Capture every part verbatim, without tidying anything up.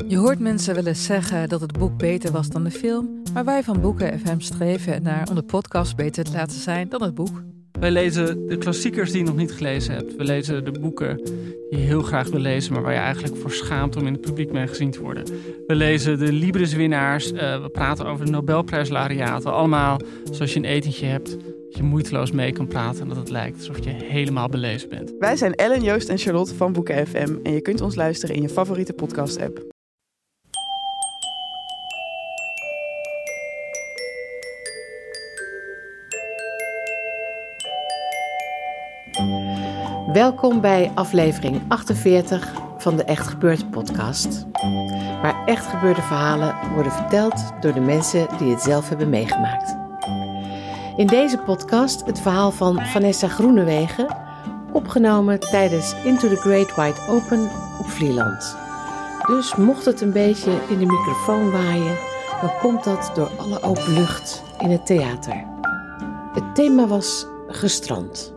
Je hoort mensen wel eens zeggen dat het boek beter was dan de film, maar wij van Boeken F M streven ernaar om de podcast beter te laten zijn dan het boek. Wij lezen de klassiekers die je nog niet gelezen hebt. We lezen de boeken die je heel graag wil lezen, maar waar je eigenlijk voor schaamt om in het publiek mee gezien te worden. We lezen de Libris-winnaars, uh, we praten over de Nobelprijslaureaten. Allemaal zoals je een etentje hebt, dat je moeiteloos mee kan praten en dat het lijkt alsof je helemaal belezen bent. Wij zijn Ellen, Joost en Charlotte van Boeken F M en je kunt ons luisteren in je favoriete podcast-app. Welkom bij aflevering achtenveertig van de Echt Gebeurd podcast. Waar echt gebeurde verhalen worden verteld door de mensen die het zelf hebben meegemaakt. In deze podcast het verhaal van Vanessa Groenewegen, opgenomen tijdens Into the Great Wide Open op Vlieland. Dus mocht het een beetje in de microfoon waaien, dan komt dat door alle open lucht in het theater. Het thema was gestrand.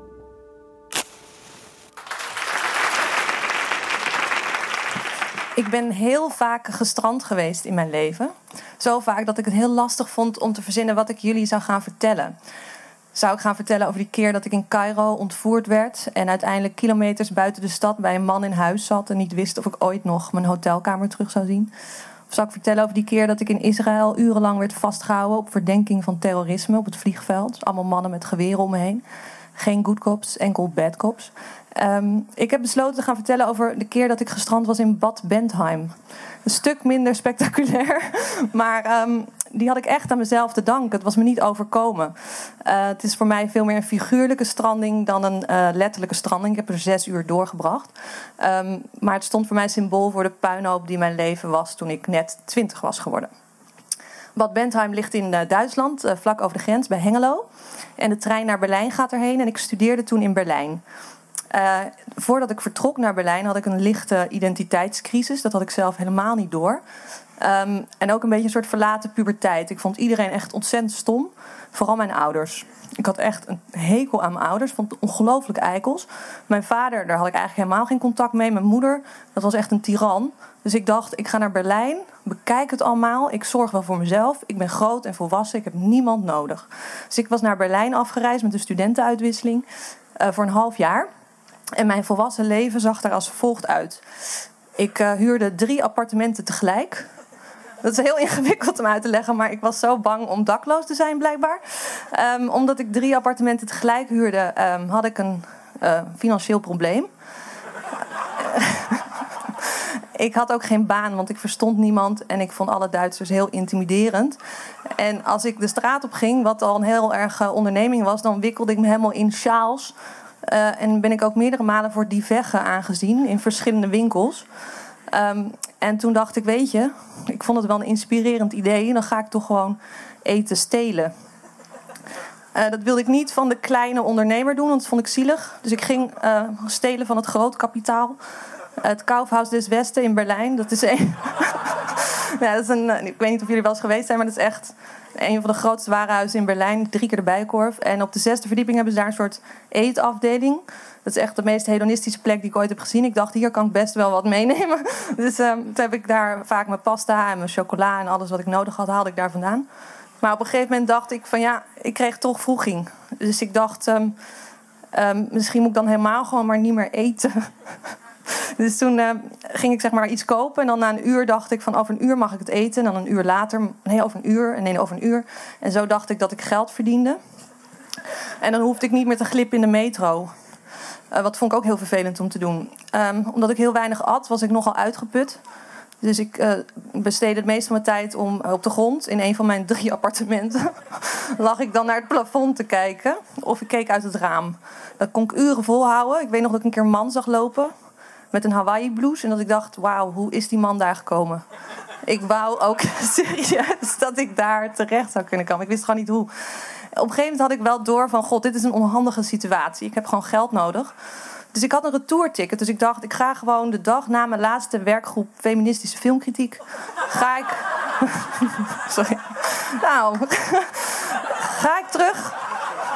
Ik ben heel vaak gestrand geweest in mijn leven. Zo vaak dat ik het heel lastig vond om te verzinnen wat ik jullie zou gaan vertellen. Zou ik gaan vertellen over die keer dat ik in Cairo ontvoerd werd en uiteindelijk kilometers buiten de stad bij een man in huis zat en niet wist of ik ooit nog mijn hotelkamer terug zou zien? Of zou ik vertellen over die keer dat ik in Israël urenlang werd vastgehouden op verdenking van terrorisme op het vliegveld? Allemaal mannen met geweren om me heen. Geen good cops, enkel bad cops. Um, ik heb besloten te gaan vertellen over de keer dat ik gestrand was in Bad Bentheim. Een stuk minder spectaculair, maar um, die had ik echt aan mezelf te danken. Het was me niet overkomen. Uh, het is voor mij veel meer een figuurlijke stranding dan een uh, letterlijke stranding. Ik heb er zes uur doorgebracht. Um, maar het stond voor mij symbool voor de puinhoop die mijn leven was toen ik net twintig was geworden. Bad Bentheim ligt in uh, Duitsland, uh, vlak over de grens bij Hengelo. En de trein naar Berlijn gaat erheen en ik studeerde toen in Berlijn. Uh, voordat ik vertrok naar Berlijn had ik een lichte identiteitscrisis. Dat had ik zelf helemaal niet door. Um, en ook een beetje een soort verlaten puberteit. Ik vond iedereen echt ontzettend stom. Vooral mijn ouders. Ik had echt een hekel aan mijn ouders. Vond het ongelooflijk eikels. Mijn vader, daar had ik eigenlijk helemaal geen contact mee. Mijn moeder, dat was echt een tiran. Dus ik dacht, ik ga naar Berlijn. Bekijk het allemaal. Ik zorg wel voor mezelf. Ik ben groot en volwassen. Ik heb niemand nodig. Dus ik was naar Berlijn afgereisd met een studentenuitwisseling. Uh, voor een half jaar. En mijn volwassen leven zag er als volgt uit. Ik uh, huurde drie appartementen tegelijk. Dat is heel ingewikkeld om uit te leggen, maar ik was zo bang om dakloos te zijn blijkbaar. Um, omdat ik drie appartementen tegelijk huurde, um, had ik een uh, financieel probleem. Ik had ook geen baan, want ik verstond niemand en ik vond alle Duitsers heel intimiderend. En als ik de straat op ging, wat al een heel erg uh, onderneming was, dan wikkelde ik me helemaal in sjaals. Uh, en ben ik ook meerdere malen voor die veggen aangezien in verschillende winkels. Um, en toen dacht ik, weet je, ik vond het wel een inspirerend idee. Dan ga ik toch gewoon eten stelen. Uh, dat wilde ik niet van de kleine ondernemer doen, want dat vond ik zielig. Dus ik ging uh, stelen van het groot kapitaal. Uh, het Kaufhaus des Westen in Berlijn. Dat is een... ja, dat is een... Ik weet niet of jullie wel eens geweest zijn, maar dat is echt... een van de grootste warenhuizen in Berlijn, drie keer de Bijenkorf. En op de zesde verdieping hebben ze daar een soort eetafdeling. Dat is echt de meest hedonistische plek die ik ooit heb gezien. Ik dacht, hier kan ik best wel wat meenemen. Dus uh, toen heb ik daar vaak mijn pasta en mijn chocola en alles wat ik nodig had, haalde ik daar vandaan. Maar op een gegeven moment dacht ik van ja, ik kreeg toch vroeging. Dus ik dacht, um, um, misschien moet ik dan helemaal gewoon maar niet meer eten. Dus toen uh, ging ik zeg maar iets kopen. En dan na een uur dacht ik van over een uur mag ik het eten. En dan een uur later, nee over een uur. En nee over een uur. En zo dacht ik dat ik geld verdiende. En dan hoefde ik niet meer te glippen in de metro. Uh, wat vond ik ook heel vervelend om te doen. Um, omdat ik heel weinig at, was ik nogal uitgeput. Dus ik uh, besteedde het meeste van mijn tijd om uh, op de grond. In een van mijn drie appartementen lag ik dan naar het plafond te kijken. Of ik keek uit het raam. Dat kon ik uren volhouden. Ik weet nog dat ik een keer een man zag lopen met een Hawaii blouse. En dat ik dacht, wauw, hoe is die man daar gekomen? Ik wou ook serieus dat ik daar terecht zou kunnen komen. Ik wist gewoon niet hoe. Op een gegeven moment had ik wel door van, god, dit is een onhandige situatie. Ik heb gewoon geld nodig. Dus ik had een retourticket. Dus ik dacht, ik ga gewoon de dag na mijn laatste werkgroep feministische filmkritiek. Ga ik... Sorry. Nou, ga ik terug...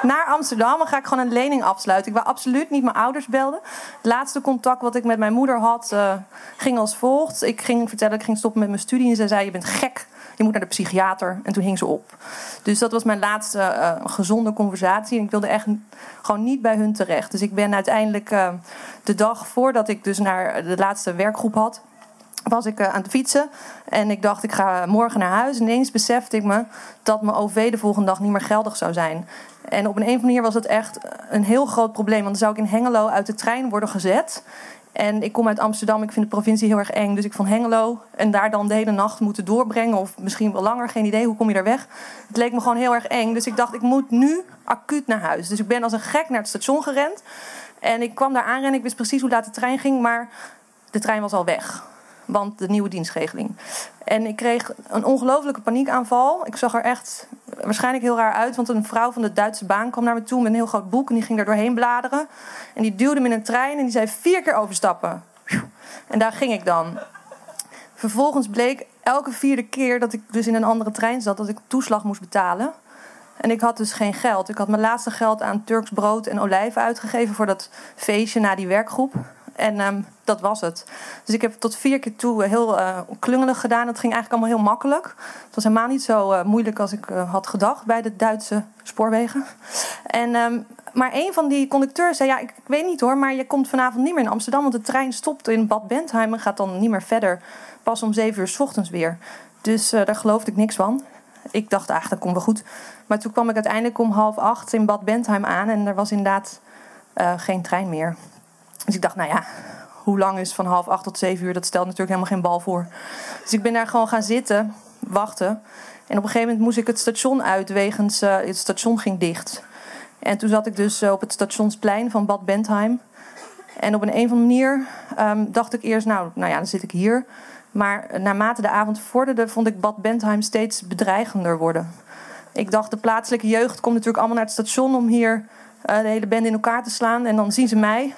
naar Amsterdam en ga ik gewoon een lening afsluiten. Ik wou absoluut niet mijn ouders belden. Het laatste contact wat ik met mijn moeder had, uh, ging als volgt. Ik ging vertellen, ik ging stoppen met mijn studie en zij zei, je bent gek. Je moet naar de psychiater. En toen hing ze op. Dus dat was mijn laatste uh, gezonde conversatie. En ik wilde echt gewoon niet bij hun terecht. Dus ik ben uiteindelijk uh, de dag voordat ik dus naar de laatste werkgroep had, was ik uh, aan het fietsen. En ik dacht, ik ga morgen naar huis. En ineens besefte ik me dat mijn O V de volgende dag niet meer geldig zou zijn. En op een of andere manier was het echt een heel groot probleem. Want dan zou ik in Hengelo uit de trein worden gezet. En ik kom uit Amsterdam, ik vind de provincie heel erg eng. Dus ik van Hengelo en daar dan de hele nacht moeten doorbrengen. Of misschien wel langer, geen idee. Hoe kom je daar weg? Het leek me gewoon heel erg eng. Dus ik dacht, ik moet nu acuut naar huis. Dus ik ben als een gek naar het station gerend. En ik kwam daar aanrennen. Ik wist precies hoe laat de trein ging. Maar de trein was al weg. Want de nieuwe dienstregeling. En ik kreeg een ongelofelijke paniekaanval. Ik zag er echt waarschijnlijk heel raar uit. Want een vrouw van de Duitse baan kwam naar me toe met een heel groot boek. En die ging daar doorheen bladeren. En die duwde me in een trein. En die zei vier keer overstappen. En daar ging ik dan. Vervolgens bleek elke vierde keer dat ik dus in een andere trein zat, dat ik toeslag moest betalen. En ik had dus geen geld. Ik had mijn laatste geld aan Turks brood en olijven uitgegeven voor dat feestje na die werkgroep. En um, dat was het. Dus ik heb tot vier keer toe heel uh, klungelig gedaan. Het ging eigenlijk allemaal heel makkelijk. Het was helemaal niet zo uh, moeilijk als ik uh, had gedacht bij de Duitse spoorwegen. En, um, maar een van die conducteurs zei, ja, ik, ik weet niet hoor, maar je komt vanavond niet meer in Amsterdam, want de trein stopt in Bad Bentheim en gaat dan niet meer verder. Pas om zeven uur 's ochtends weer. Dus uh, daar geloofde ik niks van. Ik dacht eigenlijk, dat komt wel goed. Maar toen kwam ik uiteindelijk om half acht in Bad Bentheim aan en er was inderdaad uh, geen trein meer. Dus ik dacht, nou ja, hoe lang is van half acht tot zeven uur? Dat stelt natuurlijk helemaal geen bal voor. Dus ik ben daar gewoon gaan zitten, wachten. En op een gegeven moment moest ik het station uit, wegens uh, het station ging dicht. En toen zat ik dus uh, op het stationsplein van Bad Bentheim. En op een, een of andere manier um, dacht ik eerst, nou, nou ja, dan zit ik hier. Maar naarmate de avond vorderde, vond ik Bad Bentheim steeds bedreigender worden. Ik dacht, de plaatselijke jeugd komt natuurlijk allemaal naar het station om hier uh, de hele bende in elkaar te slaan. En dan zien ze mij.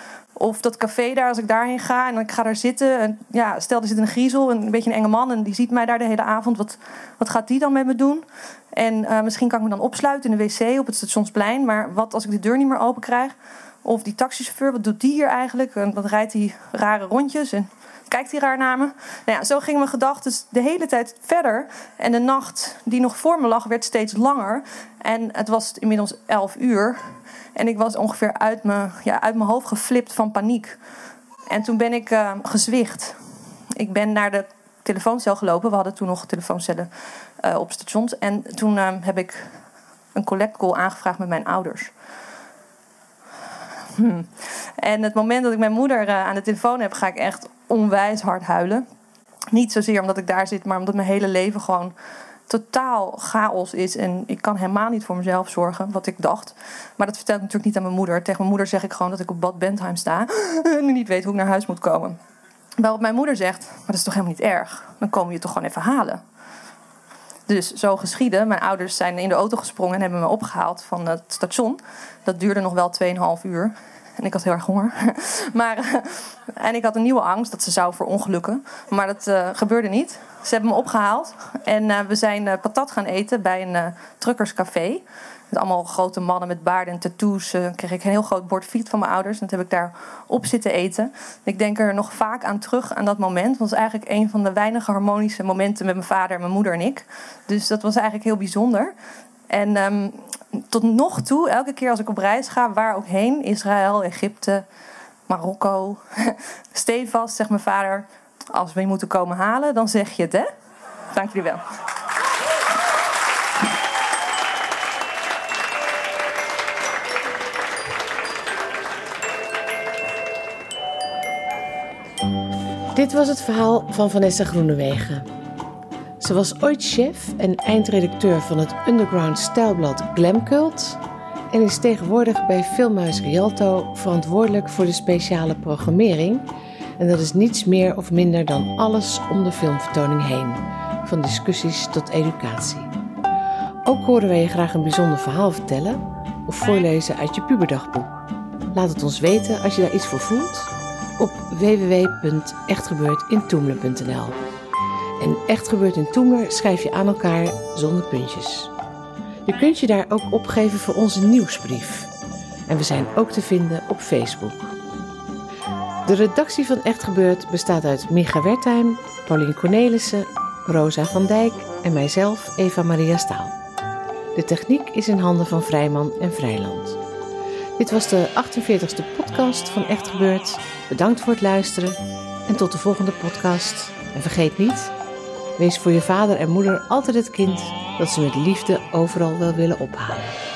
Of dat café daar, als ik daarheen ga en ik ga daar zitten. En ja, stel, er zit een griezel, een beetje een enge man. En die ziet mij daar de hele avond. Wat, wat gaat die dan met me doen? En uh, misschien kan ik me dan opsluiten in de wc op het stationsplein. Maar wat als ik de deur niet meer open krijg? Of die taxichauffeur, wat doet die hier eigenlijk? En dan rijdt hij rare rondjes en kijkt hij raar naar me. Nou ja, zo gingen mijn gedachten de hele tijd verder. En de nacht die nog voor me lag, werd steeds langer. En het was inmiddels elf uur. En ik was ongeveer uit mijn, ja, uit mijn hoofd geflipt van paniek. En toen ben ik uh, gezwicht. Ik ben naar de telefooncel gelopen. We hadden toen nog telefooncellen uh, op stations. En toen uh, heb ik een collect call aangevraagd met mijn ouders. Hmm. En het moment dat ik mijn moeder uh, aan de telefoon heb, ga ik echt onwijs hard huilen. Niet zozeer omdat ik daar zit, maar omdat mijn hele leven gewoon totaal chaos is. En ik kan helemaal niet voor mezelf zorgen, wat ik dacht. Maar dat vertel ik natuurlijk niet aan mijn moeder. Tegen mijn moeder zeg ik gewoon dat ik op Bad Bentheim sta en niet weet hoe ik naar huis moet komen. Waarop mijn moeder zegt, maar dat is toch helemaal niet erg? Dan komen we je toch gewoon even halen. Dus zo geschiedde. Mijn ouders zijn in de auto gesprongen en hebben me opgehaald van het station. Dat duurde nog wel tweeënhalf uur. En ik had heel erg honger. Maar, uh, en ik had een nieuwe angst dat ze zou verongelukken. Maar dat uh, gebeurde niet. Ze hebben me opgehaald. En uh, we zijn uh, patat gaan eten bij een uh, truckerscafé. Met allemaal grote mannen met baarden en tattoos. Uh, kreeg ik een heel groot bord friet van mijn ouders. En dat heb ik daar op zitten eten. Ik denk er nog vaak aan terug aan dat moment. Want het was eigenlijk een van de weinige harmonische momenten met mijn vader, mijn moeder en ik. Dus dat was eigenlijk heel bijzonder. En um, tot nog toe, elke keer als ik op reis ga, waar ook heen, Israël, Egypte, Marokko, stevast, zegt mijn vader, als we je moeten komen halen, dan zeg je het, hè? Dank jullie wel. Dit was het verhaal van Vanessa Groenewegen. Ze was ooit chef en eindredacteur van het underground stijlblad Glamcult en is tegenwoordig bij Filmhuis Rialto verantwoordelijk voor de speciale programmering. En dat is niets meer of minder dan alles om de filmvertoning heen, van discussies tot educatie. Ook horen wij je graag een bijzonder verhaal vertellen of voorlezen uit je puberdagboek. Laat het ons weten als je daar iets voor voelt op w w w punt echtgebeurtintoemler punt n l. En Echt Gebeurd in Toemler schrijf je aan elkaar zonder puntjes. Je kunt je daar ook opgeven voor onze nieuwsbrief. En we zijn ook te vinden op Facebook. De redactie van Echt Gebeurd bestaat uit Micha Wertheim, Paulien Cornelissen, Rosa van Dijk en mijzelf, Eva Maria Staal. De techniek is in handen van Vrijman en Vrijland. Dit was de achtenveertigste podcast van Echt Gebeurd. Bedankt voor het luisteren en tot de volgende podcast. En vergeet niet, wees voor je vader en moeder altijd het kind dat ze met liefde overal wel willen ophalen.